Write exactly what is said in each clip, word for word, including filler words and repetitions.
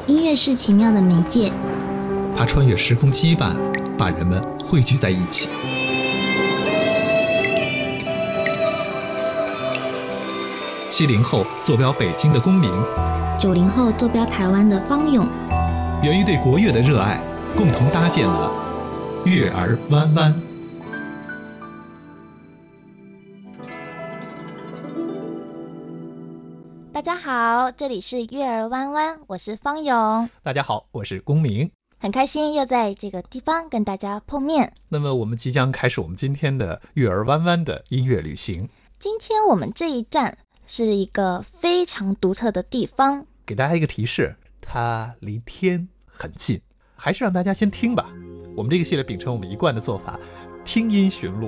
音乐是奇妙的媒介， 它穿越时空羁绊，把人们汇聚在一起。七零后坐标北京的公民， 九零后坐标台湾的方勇， 源于对国乐的热爱，共同搭建了乐儿弯弯。 大家好，这里是乐儿弯弯，我是方勇。 大家好，我是公民。 很开心又在这个地方跟大家碰面。 那么我们即将开始我们今天的乐儿弯弯的音乐旅行。 今天我们这一站是一个非常独特的地方， 给大家一个提示，它离天很近。还是让大家先听吧。我们这个系列秉承我们一贯的做法，听音寻路。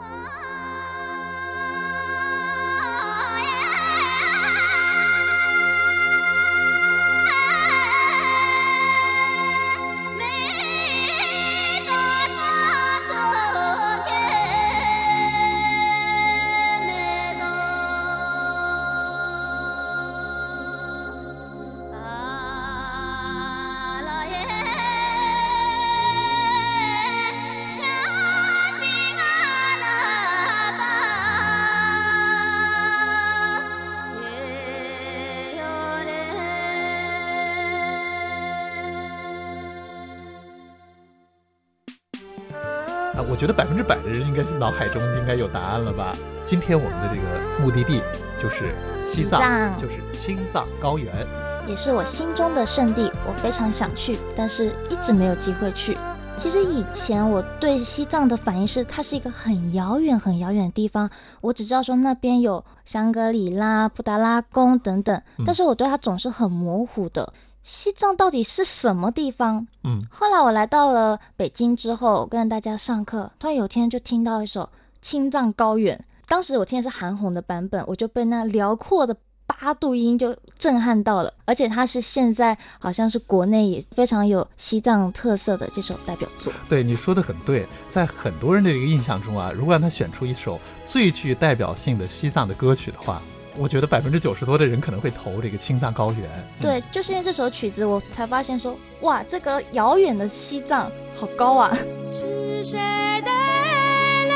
我觉得百分之百的人应该是脑海中应该有答案了吧。今天我们的这个目的地就是西藏， 西藏就是青藏高原， 也是我心中的圣地，我非常想去，但是一直没有机会去。其实以前我对西藏的反应是，它是一个很遥远很遥远的地方，我只知道说那边有香格里拉、布达拉宫等等，但是我对它总是很模糊的。西藏到底是什么地方？嗯，后来我来到了北京之后，跟大家上课，突然有天就听到一首《青藏高原》，当时我听的是韩红的版本，我就被那辽阔的八度音就震撼到了，而且它是现在好像是国内也非常有西藏特色的这首代表作。 对，你说的很对，在很多人的这个印象中啊，如果让他选出一首最具代表性的西藏的歌曲的话，我觉得百分之九十多的人可能会投这个青藏高原。 对，就是因为这首曲子，我才发现说，哇，这个遥远的西藏好高啊！ 是谁带来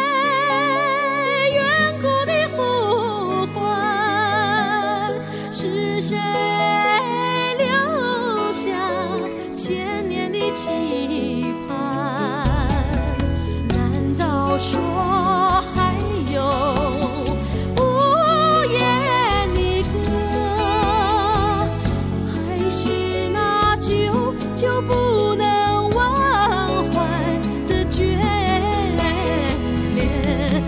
远古的呼唤？是谁留下千年的期盼？难道说还有就不能忘怀的眷恋、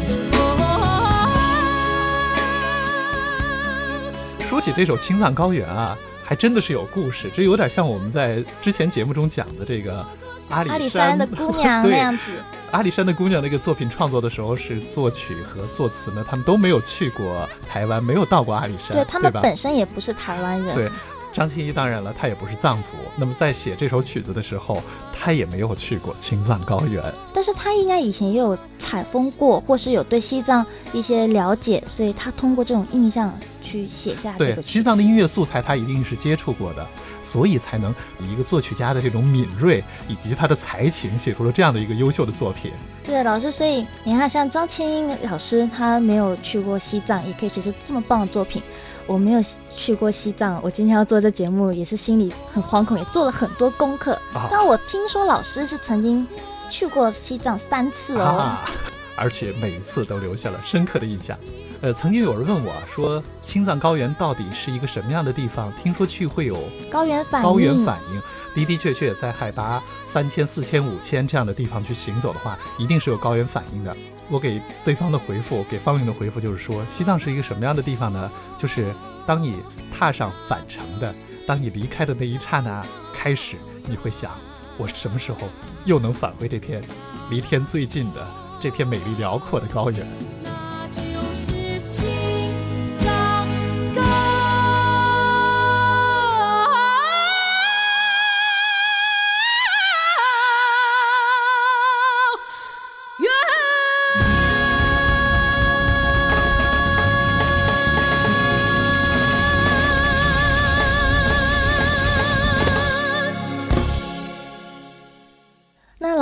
哦、说起这首青藏高原啊，还真的是有故事，这有点像我们在之前节目中讲的这个阿里 山, 阿里山的姑娘那样子。 阿里山的姑娘那个作品创作的时候，是作曲和作词呢，他们都没有去过台湾，没有到过阿里山。 对，他们本身也不是台湾人。 对，张清一当然了，他也不是藏族，那么在写这首曲子的时候，他也没有去过青藏高原， 但是他应该以前也有采风过，或是有对西藏一些了解，所以他通过这种印象去写下这个曲子。 对，西藏的音乐素材他一定是接触过的，所以才能以一个作曲家的这种敏锐以及他的才情写出了这样的一个优秀的作品。 对，老师，所以你看像张清英老师，他没有去过西藏，也可以写出这么棒的作品。我没有去过西藏，我今天要做这节目也是心里很惶恐，也做了很多功课、啊、但我听说老师是曾经去过西藏三次哦、啊、 而且每一次都留下了深刻的印象。呃，曾经有人问我说，青藏高原到底是一个什么样的地方？听说去会有高原反应。 高原反应，的的确确在海拔三千、四千、五千这样的地方去行走的话，一定是有高原反应的。我给对方的回复，给方云的回复就是说，西藏是一个什么样的地方呢？就是当你踏上返程的，当你离开的那一刹那开始，你会想，我什么时候又能返回这片离天最近的这片美丽辽阔的高原？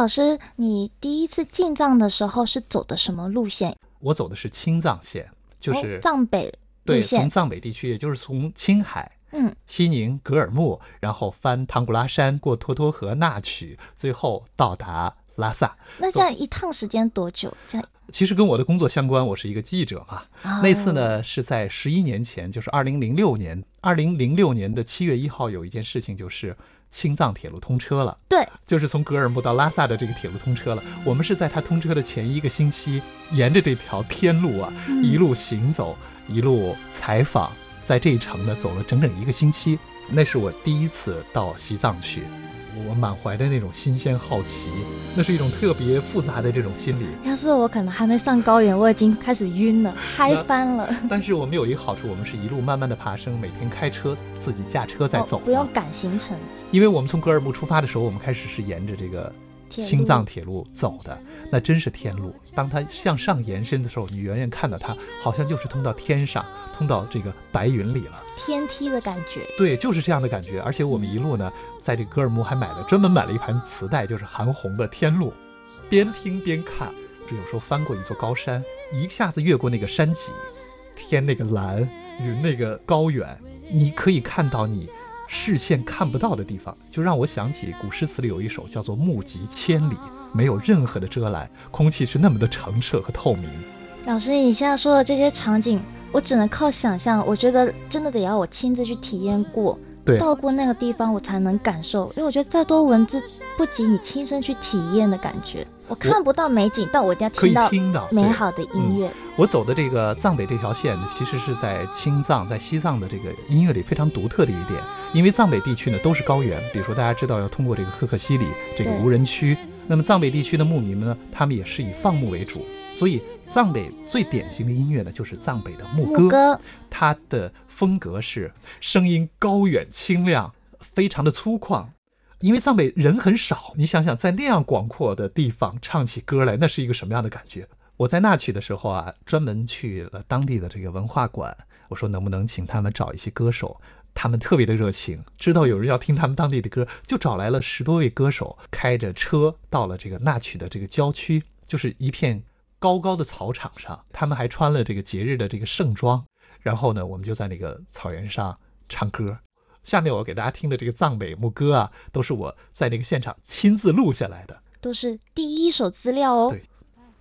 老师，你第一次进藏的时候是走的什么路线？ 我走的是青藏线，就是、 哦、藏北路对， 线。 从藏北地区，也就是从青海、 嗯， 西宁、格尔木，然后翻唐古拉山，过沱沱河、纳曲，最后到达拉萨。 那这样一趟时间多久？这样其实跟我的工作相关，我是一个记者嘛。哦、那次呢是在十一年前，就是二零零六年，二零零六年的七月一号，有一件事情就是青藏铁路通车了。 对， 就是从格尔木到拉萨的这个铁路通车了。我们是在它通车的前一个星期，沿着这条天路啊，嗯、一路行走，一路采访，在这一程呢走了整整一个星期。那是我第一次到西藏去。我满怀的那种新鲜好奇，那是一种特别复杂的这种心理。 要是我可能还没上高原，我已经开始晕了，嗨翻了。 但是我们有一个好处，我们是一路慢慢的爬升，每天开车自己驾车在走、哦、 不用赶行程。 因为我们从格尔木出发的时候，我们开始是沿着这个青藏铁路走的，那真是天路。当它向上延伸的时候，你远远看到它好像就是通到天上，通到这个白云里了， 天梯的感觉。 对，就是这样的感觉。而且我们一路呢，在这个格尔木还买了专门买了一盘磁带，就是韩红的《天路》，边听边看。这有时候翻过一座高山，一下子越过那个山脊，天那个蓝，云那个高远，你可以看到你视线看不到的地方，就让我想起古诗词里有一首叫做《目极千里》，没有任何的遮拦，空气是那么的澄澈和透明。 老师，你现在说的这些场景，我只能靠想象，我觉得真的得要我亲自去体验过， 对， 到过那个地方我才能感受，因为我觉得再多文字不及你亲身去体验的感觉。我看不到美景，但我一定要听到美好的音乐、 嗯、我走的这个藏北这条线其实是在青藏在西藏的这个音乐里非常独特的一点。因为藏北地区呢都是高原，比如说大家知道要通过这个赫克西里这个无人区，那么藏北地区的牧民们呢，他们也是以放牧为主，所以藏北最典型的音乐呢就是藏北的牧歌， 牧歌它的风格是声音高远清亮，非常的粗犷。因为藏北人很少，你想想在那样广阔的地方唱起歌来，那是一个什么样的感觉。我在那曲的时候啊，专门去了当地的这个文化馆，我说能不能请他们找一些歌手，他们特别的热情，知道有人要听他们当地的歌，就找来了十多位歌手，开着车到了这个那曲的这个郊区，就是一片高高的草场上，他们还穿了这个节日的这个盛装，然后呢我们就在那个草原上唱歌。下面我给大家听的这个藏北牧歌啊，都是我在那个现场亲自录下来的， 都是第一手资料哦。 对。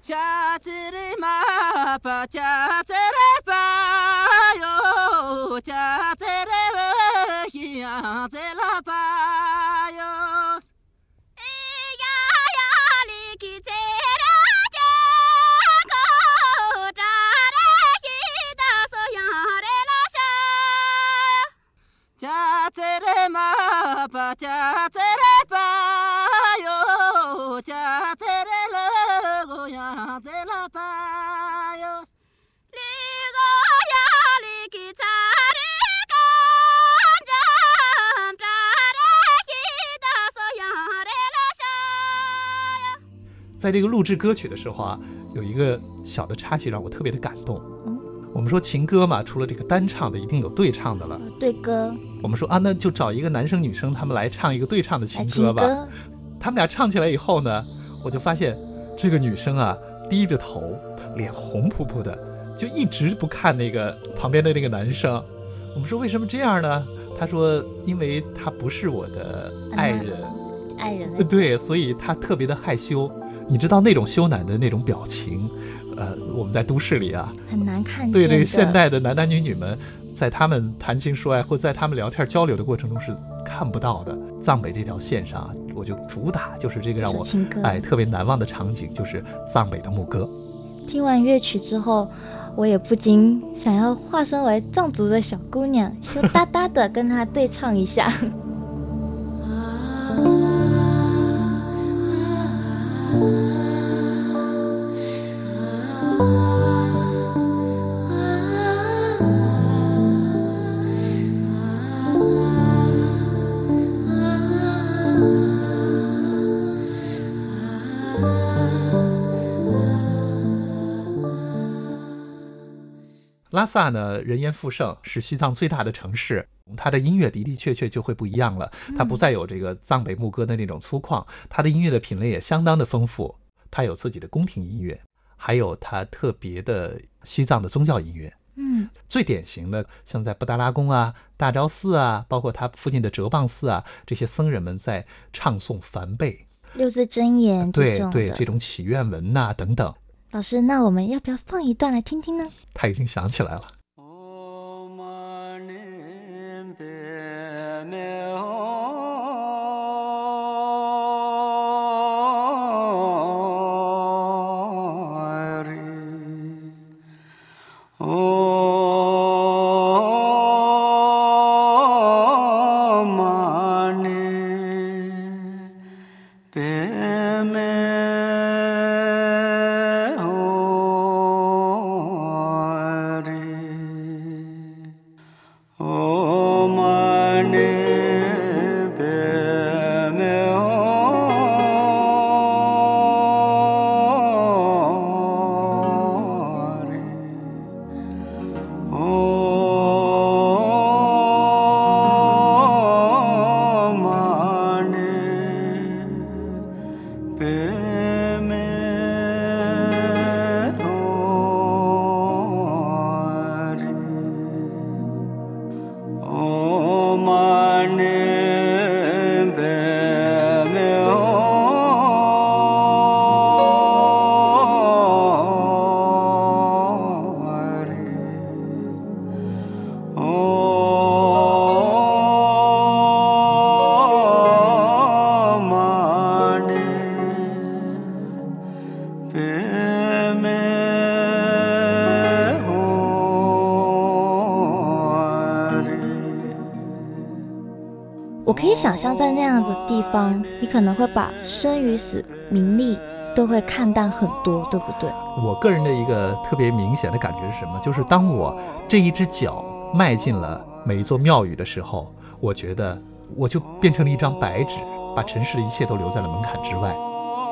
在这个录制歌曲的时候啊，有一个小的插曲让我特别的感动。嗯，我们说情歌嘛，除了这个单唱的，一定有对唱的了。 对歌， 我们说啊，那就找一个男生女生，他们来唱一个对唱的情歌吧。 情歌他们俩唱起来以后呢，我就发现这个女生啊，低着头，脸红扑扑的，就一直不看那个旁边的那个男生。我们说为什么这样呢？他说因为他不是我的爱人， 嗯、爱人对，所以他特别的害羞。你知道那种羞赧的那种表情，呃，我们在都市里啊很难看见。 对这个现代的男男女女们，在他们谈情说爱或在他们聊天交流的过程中是看不到的。藏北这条线上，我就主打就是这个让我哎特别难忘的场景，就是藏北的牧歌。 听完乐曲之后，我也不禁想要化身为藏族的小姑娘，羞答答的跟她对唱一下。 拉萨呢，人烟富盛，是西藏最大的城市。 它的音乐的的确确就会不一样了，它不再有这个藏北牧歌的那种粗犷，它的音乐的品类也相当的丰富，它有自己的宫廷音乐，还有它特别的西藏的宗教音乐。 嗯， 最典型的像在布达拉宫啊、大昭寺啊，包括它附近的哲蚌寺啊，这些僧人们在唱诵梵呗、 六字真言这种的， 对对，这种祈愿文呐、啊、等等。 老师，那我们要不要放一段来听听呢？ 他已经想起来了。 我可以想象在那样的地方，你可能会把生与死、名利都会看淡很多，对不对？ 我个人的一个特别明显的感觉是什么？就是当我这一只脚迈进了每一座庙宇的时候，我觉得我就变成了一张白纸，把尘世的一切都留在了门槛之外。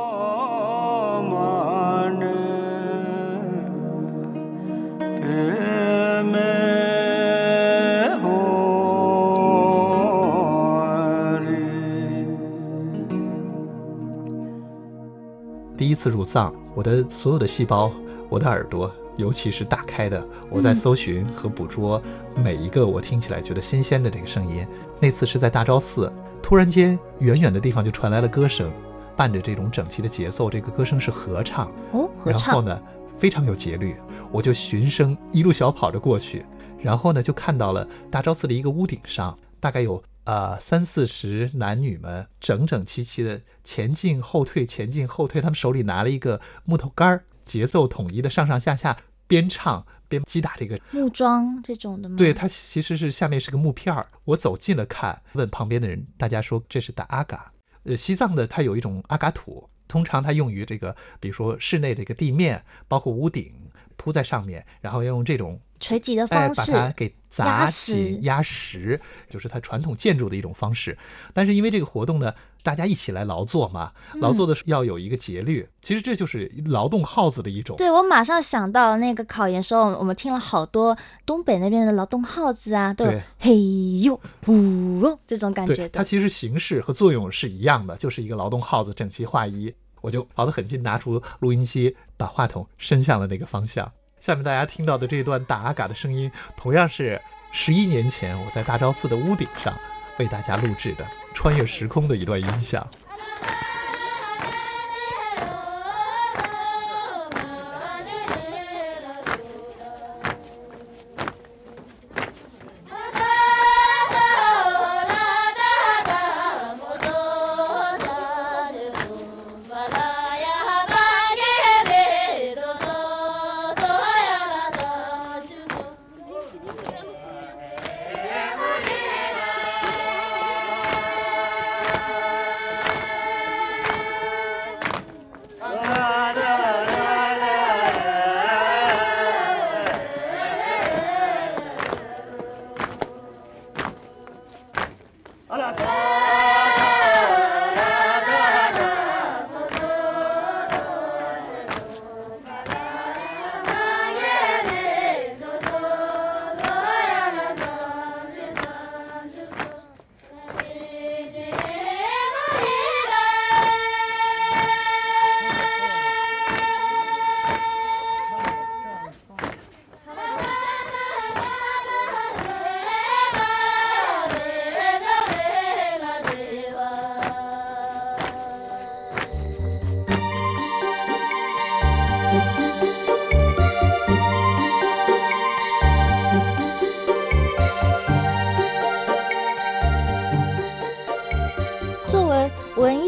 第一次入藏，我的所有的细胞，我的耳朵尤其是打开的，我在搜寻和捕捉每一个我听起来觉得新鲜的这个声音。那次是在大昭寺，突然间远远的地方就传来了歌声，伴着这种整齐的节奏，这个歌声是合唱哦，合唱， 然后呢非常有节律，我就循声一路小跑着过去，然后呢就看到了大昭寺的一个屋顶上，大概有呃，三四十男女们整整齐齐的前进后退前进后退，他们手里拿了一个木头杆，节奏统一的上上下下边唱边击打这个木桩这种的吗？ 对，它其实是下面是个木片儿。我走近了看，问旁边的人，大家说这是打阿嘎。呃，西藏的它有一种阿嘎土，通常它用于这个，比如说室内的一个地面，包括屋顶铺在上面，然后要用这种垂直的方式、 哎、把它给砸起压实，就是它传统建筑的一种方式。但是因为这个活动呢，大家一起来劳作嘛，劳作的时候要有一个节律、嗯、其实这就是劳动号子的一种。 对，我马上想到那个考研时候我们听了好多东北那边的劳动号子啊，都有嘿呦呼哟这种感觉的。 它其实形式和作用是一样的，就是一个劳动号子整齐划一。我就跑得很近，拿出录音机，把话筒伸向了那个方向。下面大家听到的这段打阿嘎的声音，同样是十一年前我在大昭寺的屋顶上为大家录制的穿越时空的一段音响。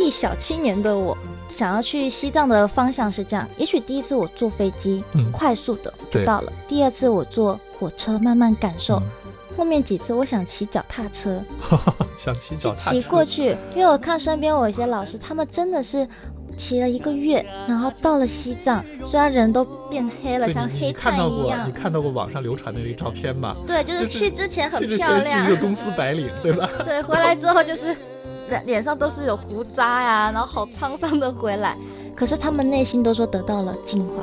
小青年的我想要去西藏的方向是这样，也许第一次我坐飞机、嗯、快速的就到了，第二次我坐火车慢慢感受、嗯、后面几次我想骑脚踏车想骑脚踏车骑过去，因为我看身边我一些老师他们真的是骑了一个月，然后到了西藏，虽然人都变黑了，像黑炭一样。 你看到过网上流传的那个照片吗？ 对，就是去之前很漂亮， 去之前是一个公司白领，对吧？ 对，回来之后就是脸上都是有胡渣呀，然后好沧桑的回来。可是他们内心都说得到了净化。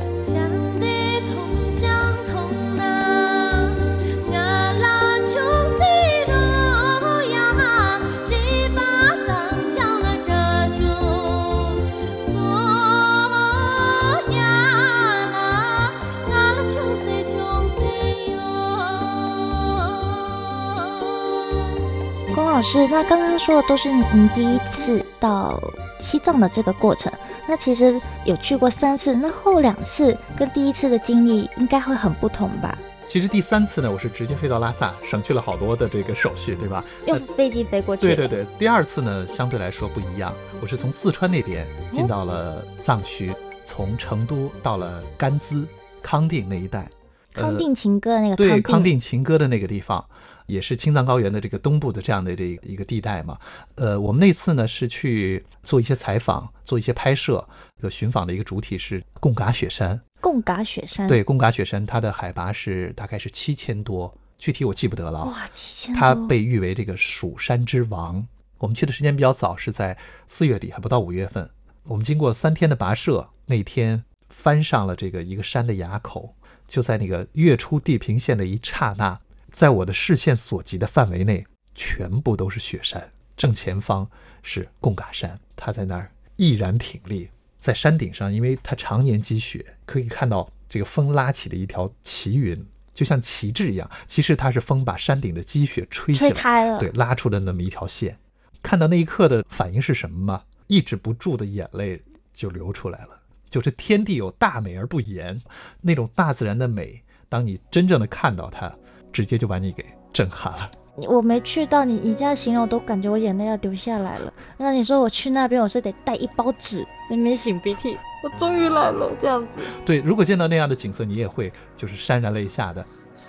龚老师，那刚刚说的都是您第一次到西藏的这个过程，那其实有去过三次，那后两次跟第一次的经历应该会很不同吧？ 其实第三次呢，我是直接飞到拉萨，省去了好多的这个手续，对吧？ 用飞机飞过去。 对对对，第二次呢，相对来说不一样，我是从四川那边进到了藏区，从成都到了甘孜、康定那一带。 康定情歌的那个康定、呃、对，康定情歌的那个地方。也是青藏高原的这个东部的这样的这一个地带嘛，呃，我们那次呢是去做一些采访，做一些拍摄。这个寻访的一个主体是贡嘎雪山。 贡嘎雪山， 对，贡嘎雪山，它的海拔是大概是七千多，具体我记不得了。 哇，七千多！ 它被誉为这个蜀山之王。我们去的时间比较早，是在四月底，还不到五月份。我们经过三天的跋涉，那天翻上了这个一个山的垭口，就在那个月出地平线的一刹那。在我的视线所及的范围内，全部都是雪山。正前方是贡嘎山，它在那儿毅然挺立，在山顶上，因为它常年积雪，可以看到这个风拉起的一条旗云，就像旗帜一样。其实它是风把山顶的积雪吹起来， 吹开了， 对，拉出了那么一条线。看到那一刻的反应是什么吗？抑制不住的眼泪就流出来了。就是天地有大美而不言，那种大自然的美，当你真正的看到它，直接就把你给震撼了。 我没去到，你你这样形容我都感觉我眼泪要流下来了。那你说我去那边，我是得带一包纸那边擤鼻涕，我终于来了这样子。 对，如果见到那样的景色，你也会就是潸然泪下的。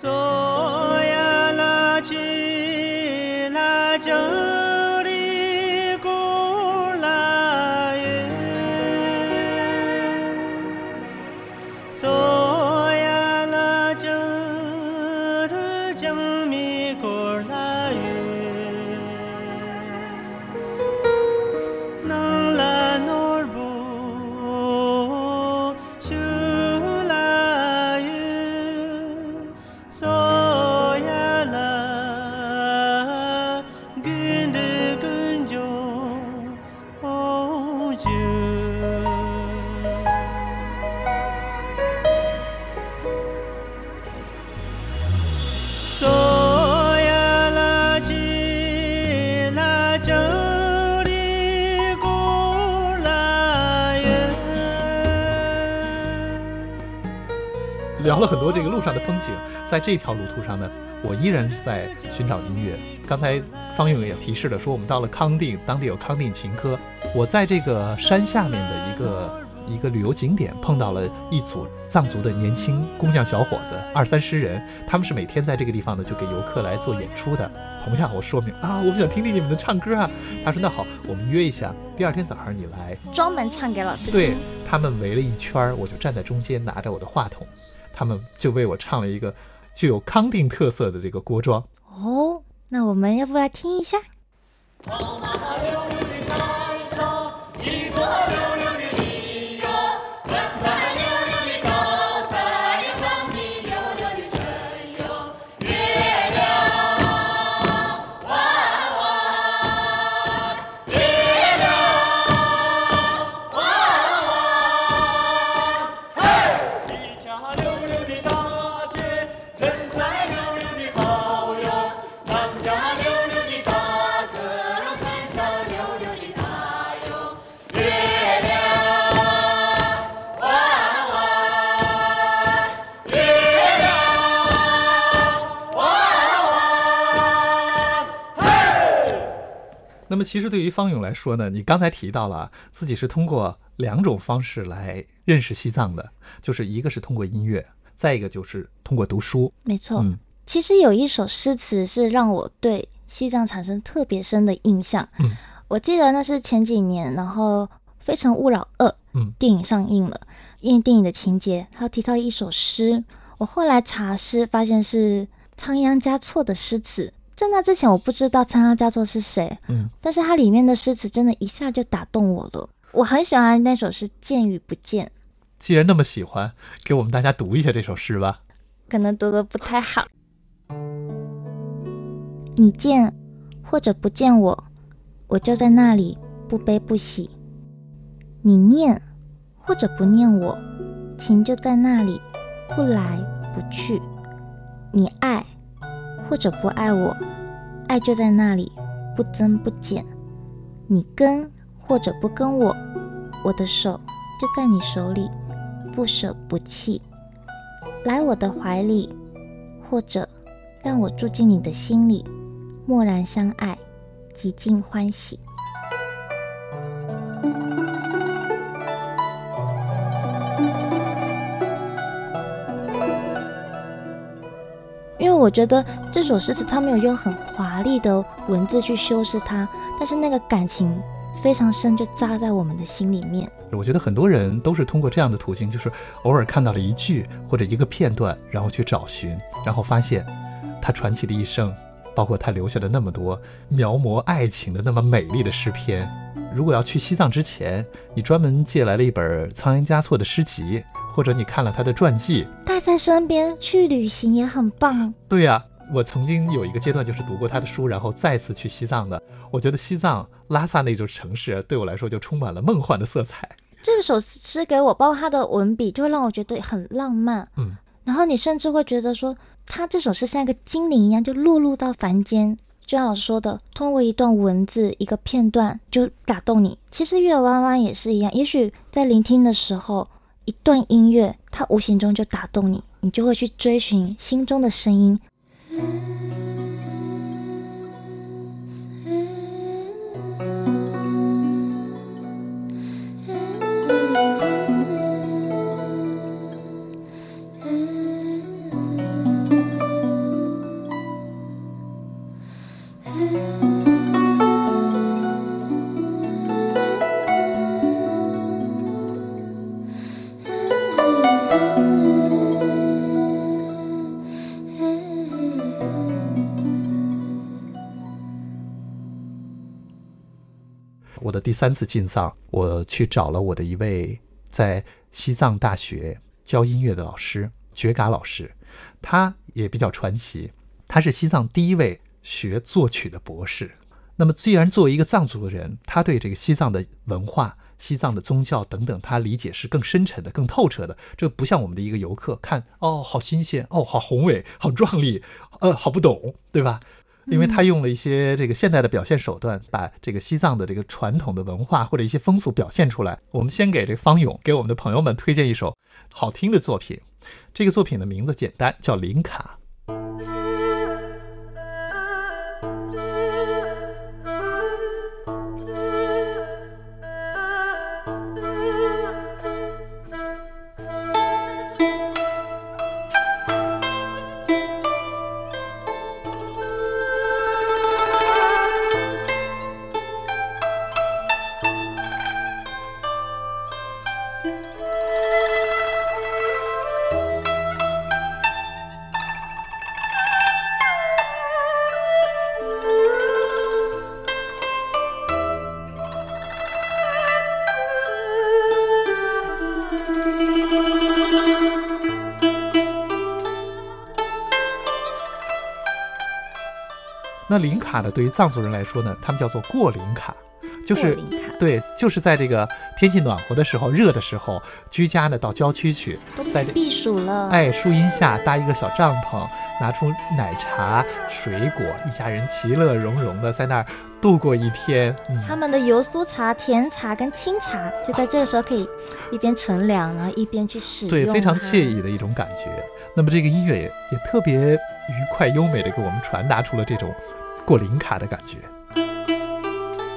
聊了很多这个路上的风景，在这条路途上呢，我依然是在寻找音乐。刚才方勇也提示了，说我们到了康定，当地有康定情歌。我在这个山下面的一个一个旅游景点碰到了一组藏族的年轻工匠小伙子，二三十人，他们是每天在这个地方呢就给游客来做演出的。同样我说明啊，我们想听听你们的唱歌啊。他说那好，我们约一下，第二天早上你来， 专门唱给老师听。 对，他们围了一圈，我就站在中间拿着我的话筒，他们就为我唱了一个具有康定特色的这个国庄。 哦，那我们要不来听一下？ 月亮那么其实对于方勇来说呢，你刚才提到了自己是通过两种方式来认识西藏的，就是一个是通过音乐，再一个就是通过读书。 没错、 嗯、 其实有一首诗词是让我对西藏产生特别深的印象、 嗯、 我记得那是前几年，然后《非诚勿扰二》 嗯， 电影上映了，因为电影的情节他提到一首诗，我后来查诗发现是仓央嘉措的诗词。在那之前我不知道仓央嘉措是谁、 嗯、 但是它里面的诗词真的一下就打动我了。我很喜欢那首诗《见与不见》。 既然那么喜欢，给我们大家读一下这首诗吧。 可能读得不太好。你见或者不见我，我就在那里不悲不喜。你念或者不念我，情就在那里不来不去。你爱或者不爱我，爱就在那里不增不减。你跟或者不跟我，我的手就在你手里不舍不弃。来我的怀里，或者让我住进你的心里，默然相爱，极尽欢喜。因为我觉得这首诗词它没有用很华丽的文字去修饰它，但是那个感情非常深，就扎在我们的心里面。 我觉得很多人都是通过这样的途径，就是偶尔看到了一句或者一个片段，然后去找寻，然后发现他传奇的一生，包括他留下的那么多描摹爱情的那么美丽的诗篇。如果要去西藏之前，你专门借来了一本仓央嘉措的诗集，或者你看了他的传记， 带在身边去旅行也很棒。 对呀、啊，我曾经有一个阶段就是读过他的书，然后再次去西藏的。我觉得西藏拉萨那座城市对我来说就充满了梦幻的色彩。 这首诗给我，包括他的文笔，就会让我觉得很浪漫。 嗯， 然后你甚至会觉得说，他这首诗像一个精灵一样，就落入到凡间。就像老师说的，通过一段文字、一个片段就打动你。其实月弯弯也是一样，也许在聆听的时候，一段音乐，它无形中就打动你，你就会去追寻心中的声音。 我的第三次进藏，我去找了我的一位在西藏大学教音乐的老师，觉嘎老师。他也比较传奇，他是西藏第一位学作曲的博士。那么既然作为一个藏族的人，他对这个西藏的文化、西藏的宗教等等，他理解是更深沉的、更透彻的。这不像我们的一个游客看，哦，好新鲜，哦，好宏伟，好壮丽，呃，好不懂，对吧？因为他用了一些这个现代的表现手段，把这个西藏的这个传统的文化或者一些风俗表现出来。我们先给这个方勇，给我们的朋友们推荐一首好听的作品。这个作品的名字简单，叫《林卡》。那林卡呢，对于藏族人来说呢，他们叫做过林卡，就是对，就是在这个天气暖和的时候、热的时候，居家呢到郊区去，在避暑了， 哎，树荫下搭一个小帐篷，拿出奶茶、水果，一家人其乐融融的在那儿度过一天。 嗯、他们的油酥茶、甜茶跟清茶，就在这个时候可以一边乘凉，然后一边去使用， 对，非常惬意的一种感觉。那么这个音乐也也特别愉快优美的给我们传达出了这种过林卡的感觉。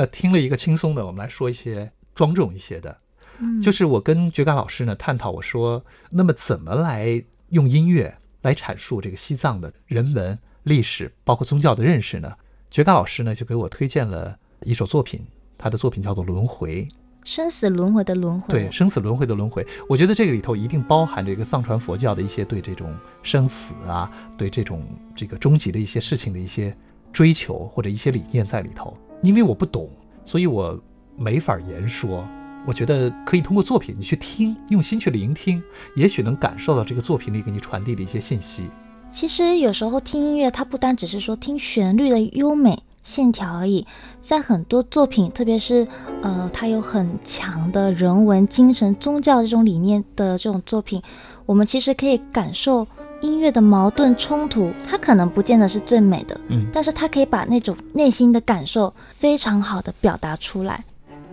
呃，听了一个轻松的，我们来说一些庄重一些的。 嗯， 就是我跟觉嘎老师呢探讨，我说，那么怎么来用音乐来阐述这个西藏的人文、历史，包括宗教的认识呢？觉嘎老师呢就给我推荐了一首作品，他的作品叫做《轮回》。 生死轮回的轮回， 对，生死轮回的轮回，我觉得这个里头一定包含着一个藏传佛教的一些对这种生死啊，对这种这个终极的一些事情的一些追求或者一些理念在里头。因为我不懂，所以我没法言说。我觉得可以通过作品你去听，用心去聆听，也许能感受到这个作品里给你传递的一些信息。 其实有时候听音乐，它不单只是说听旋律的优美线条而已，在很多作品，特别是呃，它有很强的人文精神、宗教这种理念的这种作品，我们其实可以感受音乐的矛盾冲突。它可能不见得是最美的， 嗯， 但是它可以把那种内心的感受非常好的表达出来。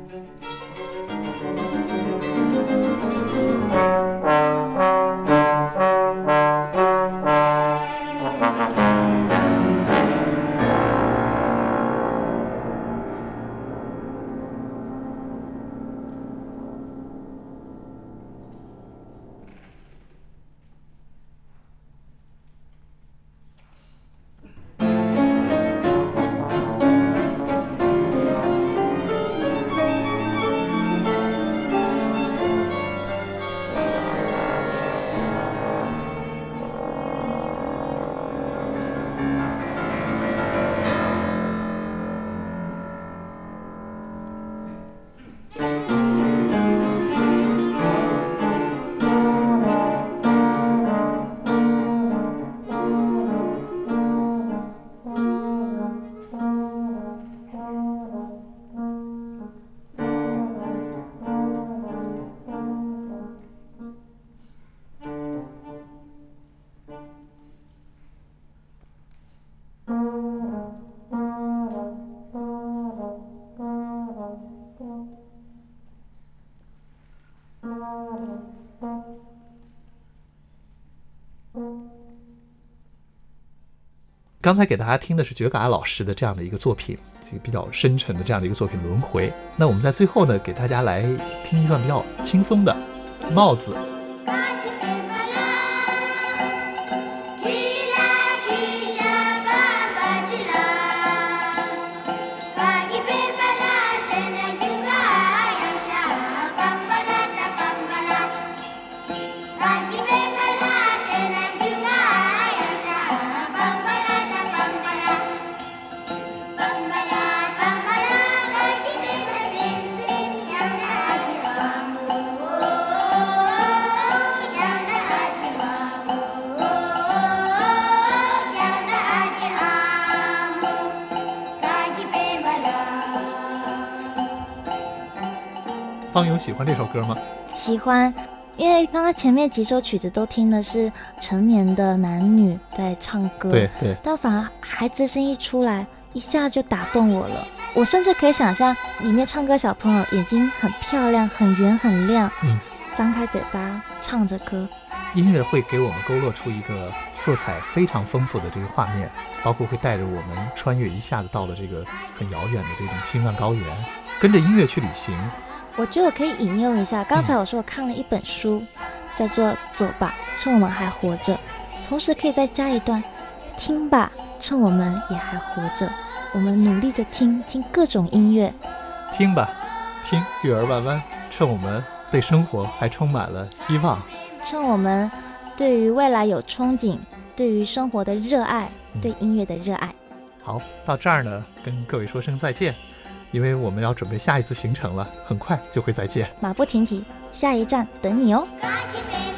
刚才给大家听的是觉嘎老师的这样的一个作品，这个比较深沉的这样的一个作品《轮回》。那我们在最后呢，给大家来听一段比较轻松的《帽子》。方勇喜欢这首歌吗？ 喜欢，因为刚刚前面几首曲子都听的是成年的男女在唱歌， 对对， 但反而孩子声一出来，一下就打动我了。我甚至可以想象里面唱歌小朋友眼睛很漂亮，很圆很亮， 嗯， 张开嘴巴唱着歌。 音乐会给我们勾勒出一个色彩非常丰富的这个画面，包括会带着我们穿越一下子到了这个很遥远的这种青藏高原，跟着音乐去旅行。 我觉得我可以引用一下，刚才我说我看了一本书，嗯、叫做《走吧，趁我们还活着》，同时可以再加一段“听吧，趁我们也还活着”。我们努力的听听各种音乐， 听吧，听月儿弯弯，趁我们对生活还充满了希望， 趁我们对于未来有憧憬，对于生活的热爱，嗯、对音乐的热爱。 好，到这儿呢，跟各位说声再见。因为我们要准备下一次行程了，很快就会再见。 马不停蹄，下一站等你哦。